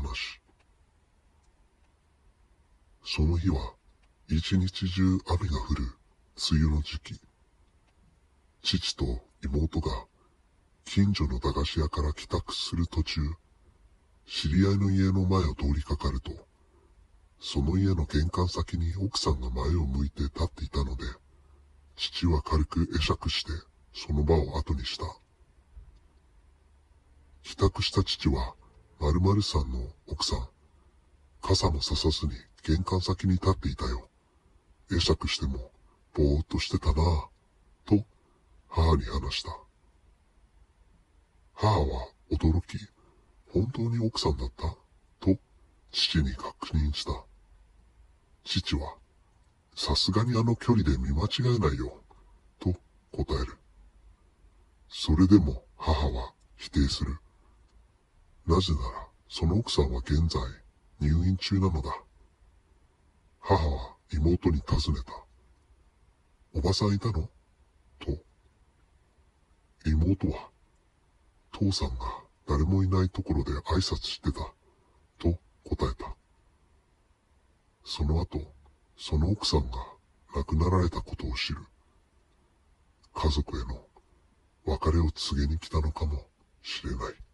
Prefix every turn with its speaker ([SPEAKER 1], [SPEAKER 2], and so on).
[SPEAKER 1] 話。その日は一日中雨が降る梅雨の時期。父と妹が近所の駄菓子屋から帰宅する途中、知り合いの家の前を通りかかると、その家の玄関先に奥さんが前を向いて立っていたので、父は軽く会釈してその場を後にした。帰宅した父は〇〇さんの奥さん、傘もささずに玄関先に立っていたよ。会釈してもぼーっとしてたなぁ、と母に話した。母は驚き、本当に奥さんだったと父に確認した。父は、さすがにあの距離で見間違えないよ、と答える。それでも母は否定する。なぜなら、その奥さんは現在入院中なのだ。母は妹に尋ねた。おばさんいたのと。妹は、父さんが誰もいないところで挨拶してた、と答えた。その後、その奥さんが亡くなられたことを知る。家族への別れを告げに来たのかもしれない。